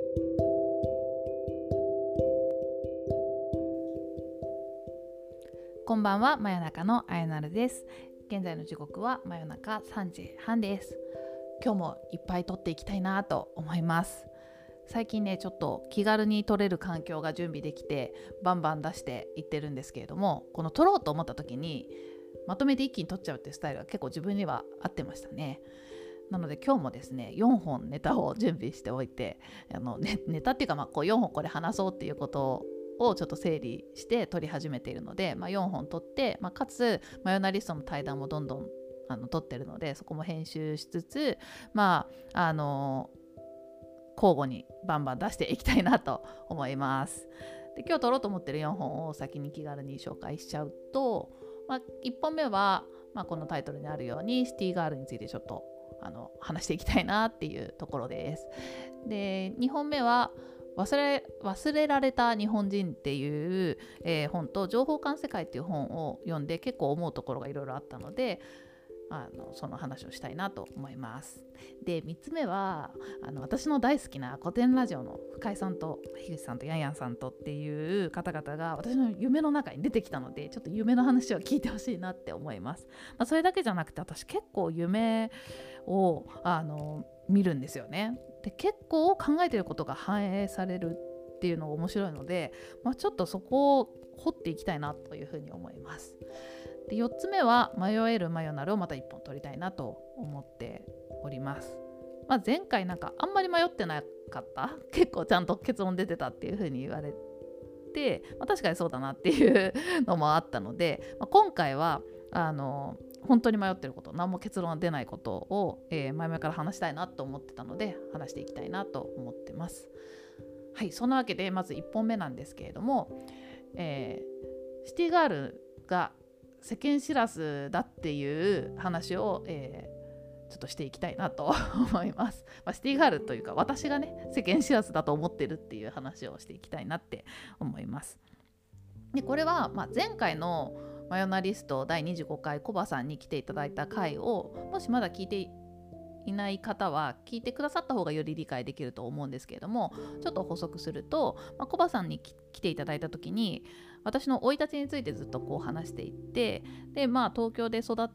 こんばんは、真夜中のあやなるです。現在の時刻は真夜中3時半です。今日もいっぱい撮っていきたいなと思います。最近ね、ちょっと気軽に撮れる環境が準備できてバンバン出していってるんですけれども、この撮ろうと思った時にまとめて一気に撮っちゃうっていうスタイルが結構自分には合ってましたね。なので今日もですね、4本ネタを準備しておいて、ネタっていうか、こう4本これ話そうっていうことをちょっと整理して撮り始めているので、4本撮って、かつマヨナリストの対談もどんどん撮ってるので、そこも編集しつつ、交互にバンバン出していきたいなと思います。で、今日撮ろうと思ってる4本を先に気軽に紹介しちゃうと、1本目は、このタイトルにあるようにシティガールについてちょっと話していきたいなっていうところです。で、2本目は忘れられた日本人っていう、本と情報館世界っていう本を読んで結構思うところがいろいろあったので、その話をしたいなと思います。で、3つ目は私の大好きな古典ラジオの深井さんと樋口さんとヤンヤンさんとっていう方々が私の夢の中に出てきたので、ちょっと夢の話を聞いてほしいなって思います。それだけじゃなくて、私結構夢を見るんですよね。で、結構考えてることが反映されるっていうのが面白いので、ちょっとそこを掘っていきたいなというふうに思います。で、4つ目は迷えるマヨナルをまた1本取りたいなと思っております。前回あんまり迷ってなかった結構ちゃんと結論出てたっていうふうに言われて、確かにそうだなっていうのもあったので、今回は本当に迷ってること、何も結論が出ないことを、前々から話したいなと思ってたので話していきたいなと思ってます。はい、そんなわけでまず1本目なんですけれども、シティガールが世間知らずだっていう話を、ちょっとしていきたいなと思います。シティガールというか、私がね世間知らずだと思ってるっていう話をしていきたいなって思います。で、これは、前回のマヨナリスト第25回コバさんに来ていただいた回を、もしまだ聞いていない方は聞いてくださった方がより理解できると思うんですけれども、ちょっと補足すると、コバさんに来ていただいた時に私の生い立ちについてずっとこう話していって、で、東京で育って、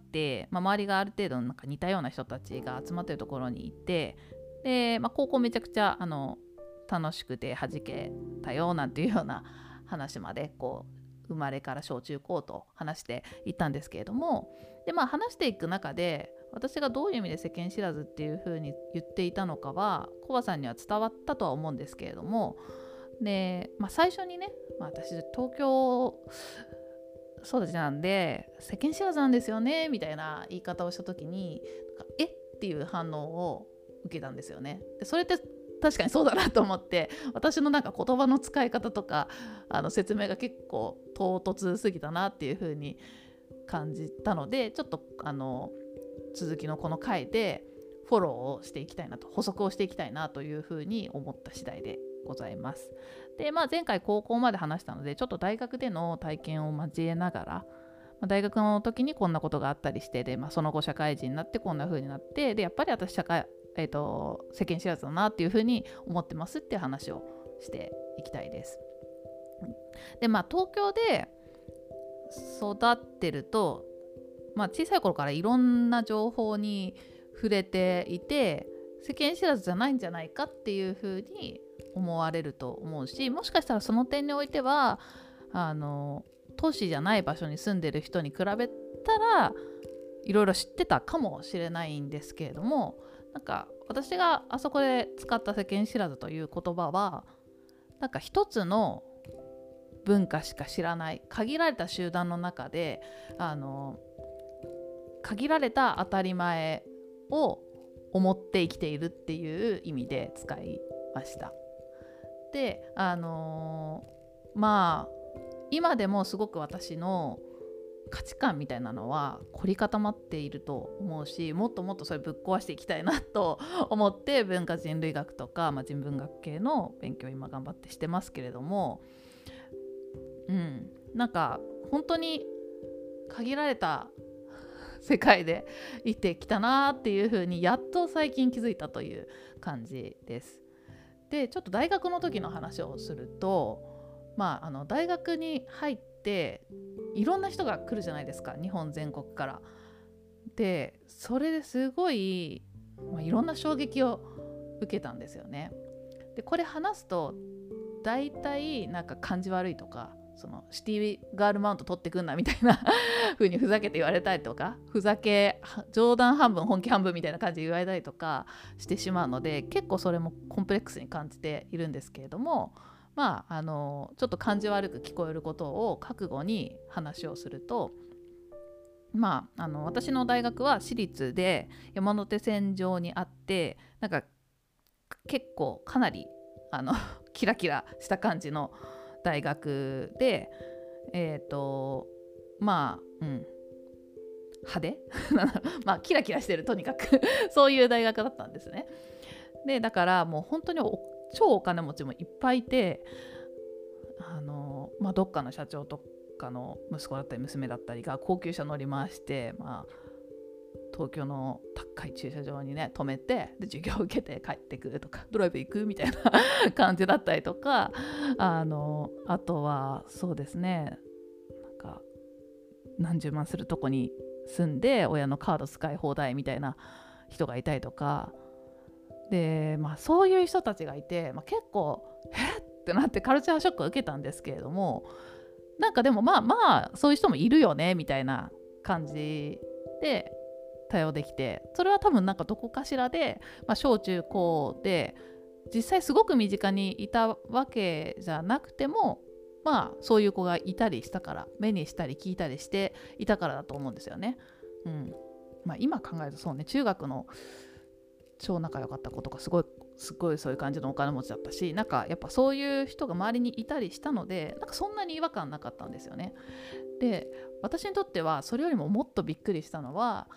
周りがある程度似たような人たちが集まってるところにいて、で、高校めちゃくちゃ楽しくて弾けたよなんていうような話までこう生まれから小中高と話していったんですけれども、で、話していく中で私がどういう意味で世間知らずっていう風に言っていたのかはコバさんには伝わったとは思うんですけれども、で、最初にね、私東京育ちなんで世間知らずなんですよねみたいな言い方をした時にえっていう反応を受けたんですよね。で、それって確かにそうだなと思って、私の言葉の使い方とか説明が結構唐突すぎたなっていう風に感じたので、ちょっと続きのこの回でフォローをしていきたいなと、補足をしていきたいなという風に思った次第でございます。で、前回高校まで話したので、ちょっと大学での体験を交えながら、大学の時にこんなことがあったりして、で、その後社会人になってこんな風になって、で、やっぱり私世間知らずだなっていう風に思ってますっていう話をしていきたいです。で、東京で育ってると、小さい頃からいろんな情報に触れていて、世間知らずじゃないんじゃないかっていう風に思われると思うし、もしかしたらその点においては都市じゃない場所に住んでる人に比べたらいろいろ知ってたかもしれないんですけれども、私があそこで使った世間知らずという言葉は一つの文化しか知らない限られた集団の中で限られた当たり前を思って生きているっていう意味で使いました。で、今でもすごく私の価値観みたいなのは凝り固まっていると思うし、もっともっとそれぶっ壊していきたいなと思って文化人類学とか、人文学系の勉強を今頑張ってしてますけれども、本当に限られた世界で生きてきたなっていう風にやっと最近気づいたという感じです。 でちょっと大学の時の話をすると、大学に入っていろんな人が来るじゃないですか、日本全国から。でそれですごい、いろんな衝撃を受けたんですよね。でこれ話すと大体なんか感じ悪いとか、そのシティガールマウント取ってくんなみたいな風にふざけて言われたりとか、冗談半分本気半分みたいな感じで言われたりとかしてしまうので、結構それもコンプレックスに感じているんですけれども、ちょっと感じ悪く聞こえることを覚悟に話をすると、私の大学は私立で山手線上にあって、なんか結構かなりキラキラした感じの大学で、派手キラキラしてる、とにかくそういう大学だったんですね。でだからもう本当に超お金持ちもいっぱいいて、どっかの社長とかの息子だったり娘だったりが高級車乗り回して、東京の高い駐車場にね止めて、で授業受けて帰ってくるとか、ドライブ行くみたいな感じだったりとか、あとはそうですね、なんか何十万するとこに住んで親のカード使い放題みたいな人がいたりとかで、そういう人たちがいて、結構ってなってカルチャーショックを受けたんですけれども、なんかでもそういう人もいるよねみたいな感じで対応できて、それは多分なんかどこかしらで、小中高で実際すごく身近にいたわけじゃなくても、そういう子がいたりしたから、目にしたり聞いたりしていたからだと思うんですよね。今考えるとそうね、中学の超仲良かった子とかすごいそういう感じのお金持ちだったし、なんかやっぱそういう人が周りにいたりしたので、なんかそんなに違和感なかったんですよね。で私にとってはそれよりももっとびっくりしたのは、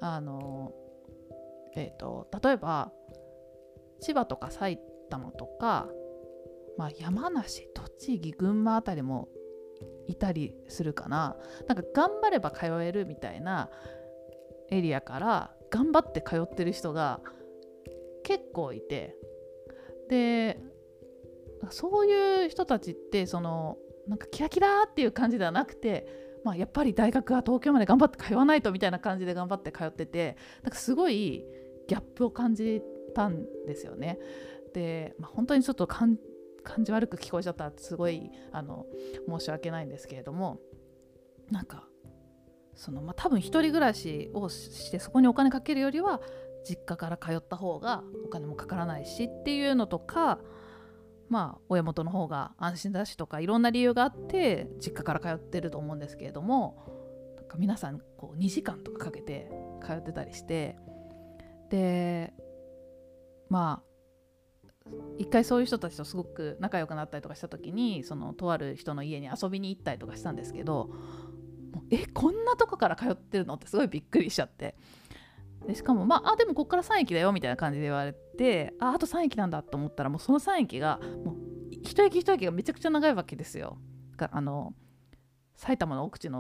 例えば千葉とか埼玉とか、山梨、栃木、群馬あたりもいたりするかな。なんか頑張れば通えるみたいなエリアから頑張って通ってる人が結構いて、でそういう人たちってなんかキラキラっていう感じではなくて、やっぱり大学は東京まで頑張って通わないとみたいな感じで頑張って通ってて、なんかすごいギャップを感じたんですよね。で、本当にちょっと感じ悪く聞こえちゃったらすごい申し訳ないんですけれども、なんか多分一人暮らしをしてそこにお金かけるよりは実家から通った方がお金もかからないしっていうのとか、親元の方が安心だしとか、いろんな理由があって実家から通ってると思うんですけれども、なんか皆さんこう2時間とかかけて通ってたりして、で一回そういう人たちとすごく仲良くなったりとかした時に、とある人の家に遊びに行ったりとかしたんですけど、こんなとこから通ってるのってすごいびっくりしちゃって、でしかもでもこっから3駅だよみたいな感じで言われて、あと3駅なんだと思ったら、もうその3駅がもう一駅一駅がめちゃくちゃ長いわけですよ。埼玉の奥地の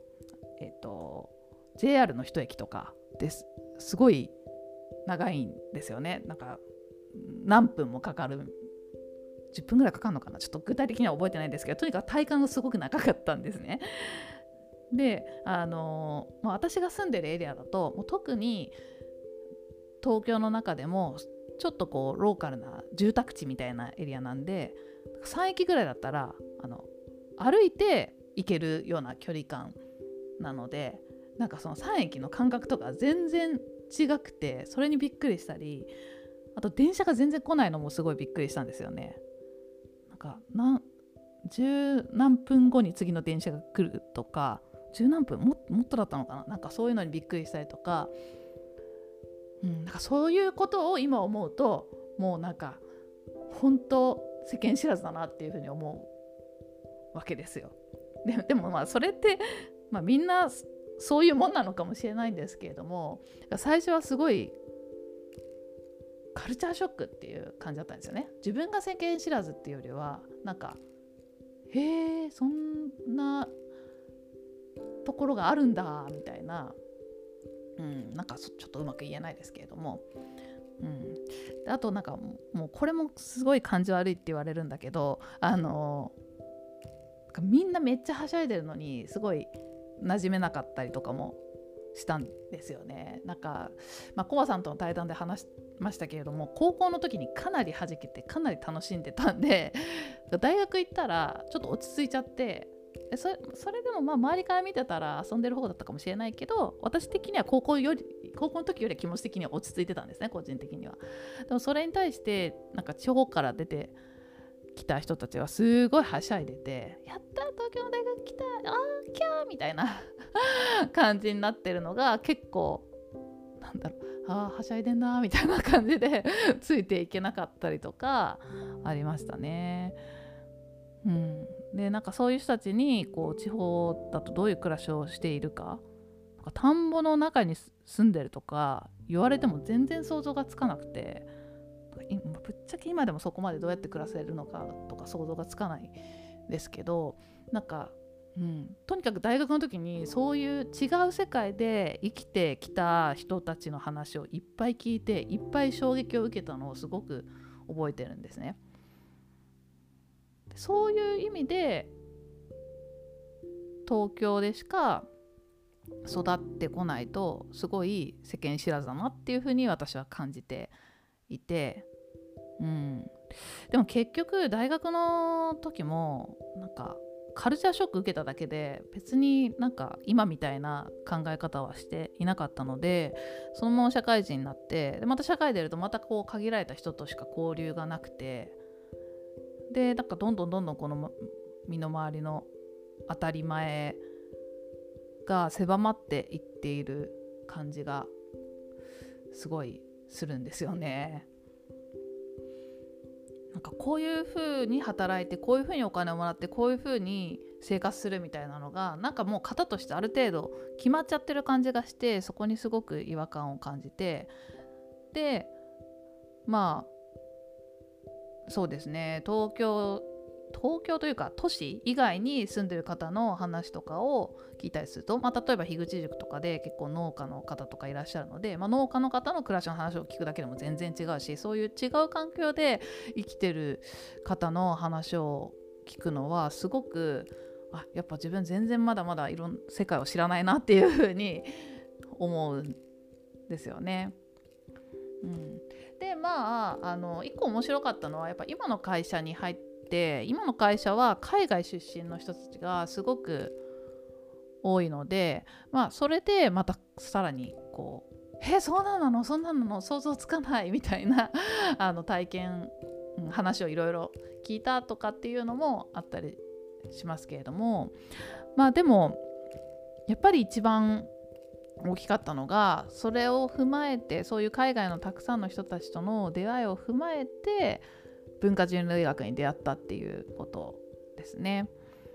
JR の一駅とかすごい長いんですよね。なんか何分もかかる、10分ぐらいかかるのかな、ちょっと具体的には覚えてないんですけど、とにかく体感がすごく長かったんですね。で私が住んでるエリアだと、もう特に東京の中でもちょっとこうローカルな住宅地みたいなエリアなんで、3駅ぐらいだったら歩いて行けるような距離感なので、なんかその3駅の間隔とか全然違くて、それにびっくりしたり、あと電車が全然来ないのもすごいびっくりしたんですよね。なんか十何分後に次の電車が来るとか、十何分 もっとだったのかな、なんかそういうのにびっくりしたりとか、なんかそういうことを今思うと、もうなんか本当世間知らずだなっていうふうに思うわけですよ。でもそれって、みんなそういうもんなのかもしれないんですけれども、最初はすごいカルチャーショックっていう感じだったんですよね。自分が世間知らずっていうよりは、なんかそんなところがあるんだみたいな、なんかちょっとうまく言えないですけれども、 であとなんかもうこれもすごい感じ悪いって言われるんだけど、みんなめっちゃはしゃいでるのにすごい馴染めなかったりとかもしたんですよね。なんか、コバさんとの対談で話しましたけれども、高校の時にかなり弾けてかなり楽しんでたんで大学行ったらちょっと落ち着いちゃって、それでも周りから見てたら遊んでる方だったかもしれないけど、私的には高校の時より気持ち的には落ち着いてたんですね、個人的には。でもそれに対してなんか地方から出て来た人たちはすごいはしゃいでて、やった東京の大学来たキャーみたいな感じになってるのが結構なんだろう、はしゃいでんなみたいな感じでついていけなかったりとかありましたね。でなんかそういう人たちにこう地方だとどういう暮らしをしているか、なんか田んぼの中に住んでるとか言われても全然想像がつかなくて、ぶっちゃけ今でもそこまでどうやって暮らせるのかとか想像がつかないですけど、なんか、とにかく大学の時にそういう違う世界で生きてきた人たちの話をいっぱい聞いていっぱい衝撃を受けたのをすごく覚えてるんですね。そういう意味で東京でしか育ってこないとすごい世間知らずだなっていうふうに私は感じていて、でも結局大学の時もなんかカルチャーショック受けただけで別になんか今みたいな考え方はしていなかったので、そのまま社会人になって、でまた社会出るとまたこう限られた人としか交流がなくて、でなんかどんどんこの身の回りの当たり前が狭まっていっている感じがすごいするんですよね。なんかこういう風に働いてこういう風にお金をもらってこういう風に生活するみたいなのがなんかもう型としてある程度決まっちゃってる感じがして、そこにすごく違和感を感じて、でそうですね、東京というか都市以外に住んでる方の話とかを聞いたりすると、例えば樋口塾とかで結構農家の方とかいらっしゃるので、農家の方の暮らしの話を聞くだけでも全然違うし、そういう違う環境で生きてる方の話を聞くのはすごくやっぱ自分全然まだまだいろんな世界を知らないなっていうふうに思うんですよね。で一個面白かったのはやっぱ今の会社に入って、今の会社は海外出身の人たちがすごく多いので、それでまたさらにこうそんなの想像つかないみたいな体験、話をいろいろ聞いたとかっていうのもあったりしますけれども、でもやっぱり一番大きかったのが、それを踏まえてそういう海外のたくさんの人たちとの出会いを踏まえて文化人類学に出会ったっていうことですね。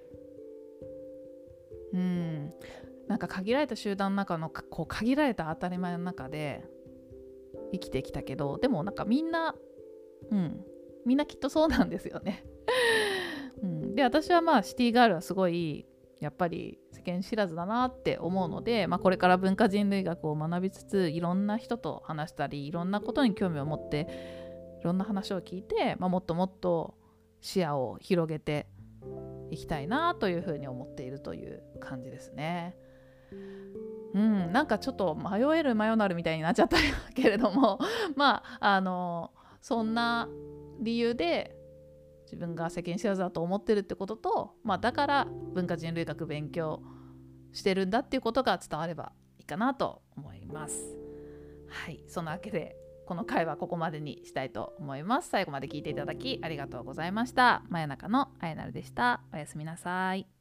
なんか限られた集団の中のこう限られた当たり前の中で生きてきたけど、でもなんかみんなきっとそうなんですよね。で私はシティガールはすごいやっぱり世間知らずだなって思うので、これから文化人類学を学びつついろんな人と話したりいろんなことに興味を持っていろんな話を聞いて、もっともっと視野を広げていきたいなというふうに思っているという感じですね。なんかちょっと迷える迷なるみたいになっちゃったけれどもそんな理由で自分が世間知らずだと思ってるってことと、だから文化人類学勉強してるんだっていうことが伝わればいいかなと思います。はい、そんなわけでこの回はここまでにしたいと思います。最後まで聞いていただきありがとうございました。真夜中のあやなるでした。おやすみなさい。